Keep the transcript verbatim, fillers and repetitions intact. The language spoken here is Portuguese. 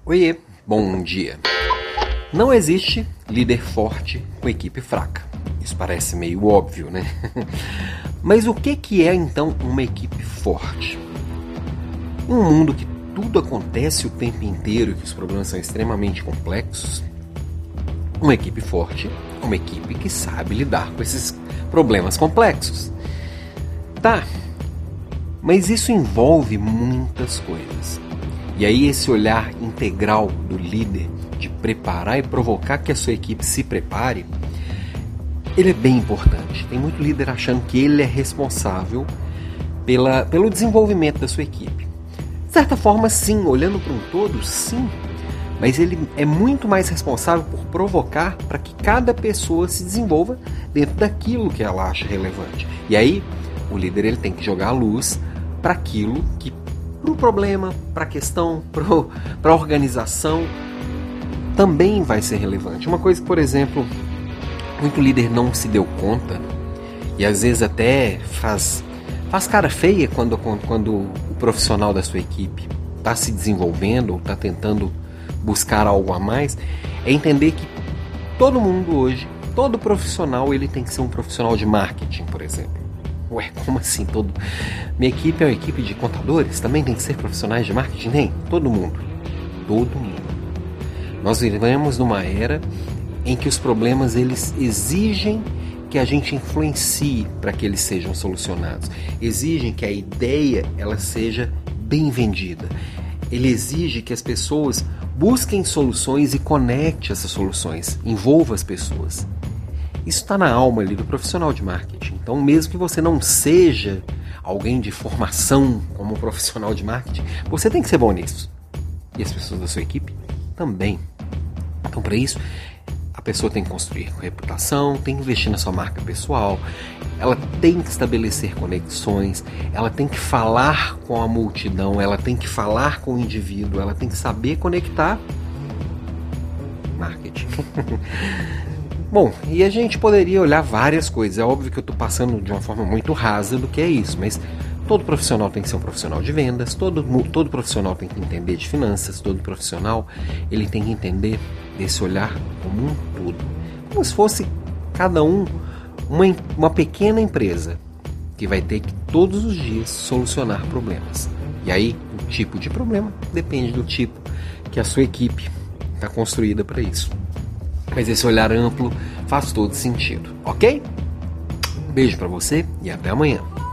Oiê, bom dia. Não existe líder forte com equipe fraca. Isso parece meio óbvio, né? Mas o que que é então uma equipe forte? Em um mundo que tudo acontece o tempo inteiro e que os problemas são extremamente complexos, uma equipe forte é uma equipe que sabe lidar com esses problemas complexos. Tá, mas isso envolve muitas coisas. E aí esse olhar integral do líder de preparar e provocar que a sua equipe se prepare, ele é bem importante. Tem muito líder achando que ele é responsável pela, pelo desenvolvimento da sua equipe. De certa forma, sim, olhando para um todo, sim. Mas ele é muito mais responsável por provocar para que cada pessoa se desenvolva dentro daquilo que ela acha relevante. E aí, o líder ele tem que jogar a luz para aquilo que, para o problema, para a questão, para a organização, também vai ser relevante. Uma coisa que, por exemplo, muito líder não se deu conta, e às vezes até faz, faz cara feia quando, quando o profissional da sua equipe está se desenvolvendo ou está tentando buscar algo a mais, é entender que todo mundo hoje, todo profissional, ele tem que ser um profissional de marketing, por exemplo. Ué, como assim? Todo... Minha equipe é uma equipe de contadores? Também tem que ser profissionais de marketing? Nem, todo mundo. Todo mundo. Nós vivemos numa era em que os problemas eles exigem que a gente influencie para que eles sejam solucionados. Exigem que a ideia ela seja bem vendida. Ele exige que as pessoas busquem soluções e conecte essas soluções, envolva as pessoas. Isso está na alma ali do profissional de marketing. Então, mesmo que você não seja alguém de formação como profissional de marketing, você tem que ser bom nisso. E as pessoas da sua equipe também. Então, para isso, a pessoa tem que construir reputação, tem que investir na sua marca pessoal, ela tem que estabelecer conexões, ela tem que falar com a multidão, ela tem que falar com o indivíduo, ela tem que saber conectar. Marketing. Bom, e a gente poderia olhar várias coisas. É óbvio que eu estou passando de uma forma muito rasa do que é isso, mas todo profissional tem que ser um profissional de vendas, todo, todo profissional tem que entender de finanças, todo profissional ele tem que entender desse olhar como um todo. Como se fosse cada um uma, uma pequena empresa que vai ter que todos os dias solucionar problemas. E aí, o tipo de problema depende do tipo que a sua equipe está construída para isso. Mas esse olhar amplo faz todo sentido, ok? Beijo para você e até amanhã.